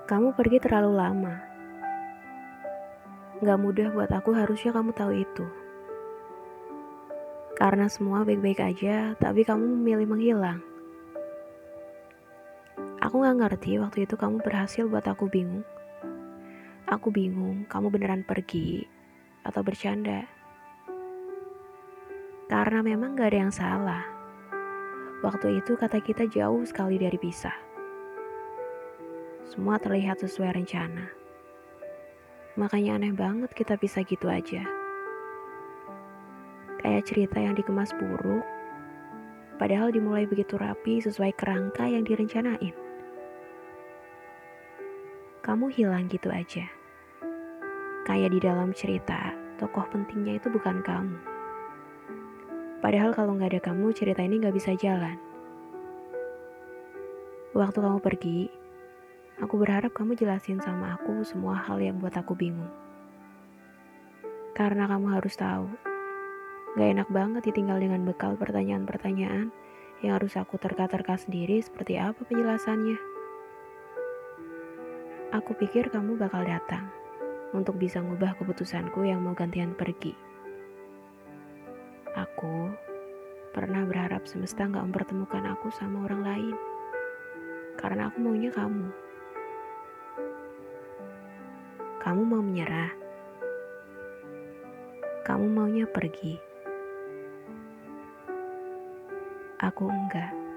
Kamu pergi terlalu lama. Gak mudah buat aku, harusnya kamu tahu itu. Karena semua baik-baik aja, tapi kamu memilih menghilang. Aku gak ngerti waktu itu kamu berhasil buat aku bingung. Aku bingung, kamu beneran pergi atau bercanda. Karena memang gak ada yang salah. Waktu itu kata kita jauh sekali dari pisah. Semua terlihat sesuai rencana. Makanya aneh banget kita pisah gitu aja. Kayak cerita yang dikemas buruk, padahal dimulai begitu rapi sesuai kerangka yang direncanain. Kamu hilang gitu aja. Kayak di dalam cerita, tokoh pentingnya itu bukan kamu. Padahal kalau gak ada kamu, cerita ini gak bisa jalan. Waktu kamu pergi, aku berharap kamu jelasin sama aku semua hal yang buat aku bingung. Karena kamu harus tahu, gak enak banget ditinggal dengan bekal pertanyaan-pertanyaan yang harus aku terka-terka sendiri seperti apa penjelasannya. Aku pikir kamu bakal datang untuk bisa ngubah keputusanku yang mau gantian pergi. Aku pernah berharap semesta gak mempertemukan aku sama orang lain. Karena aku maunya kamu. Kamu mau menyerah. Kamu maunya pergi. Aku enggak.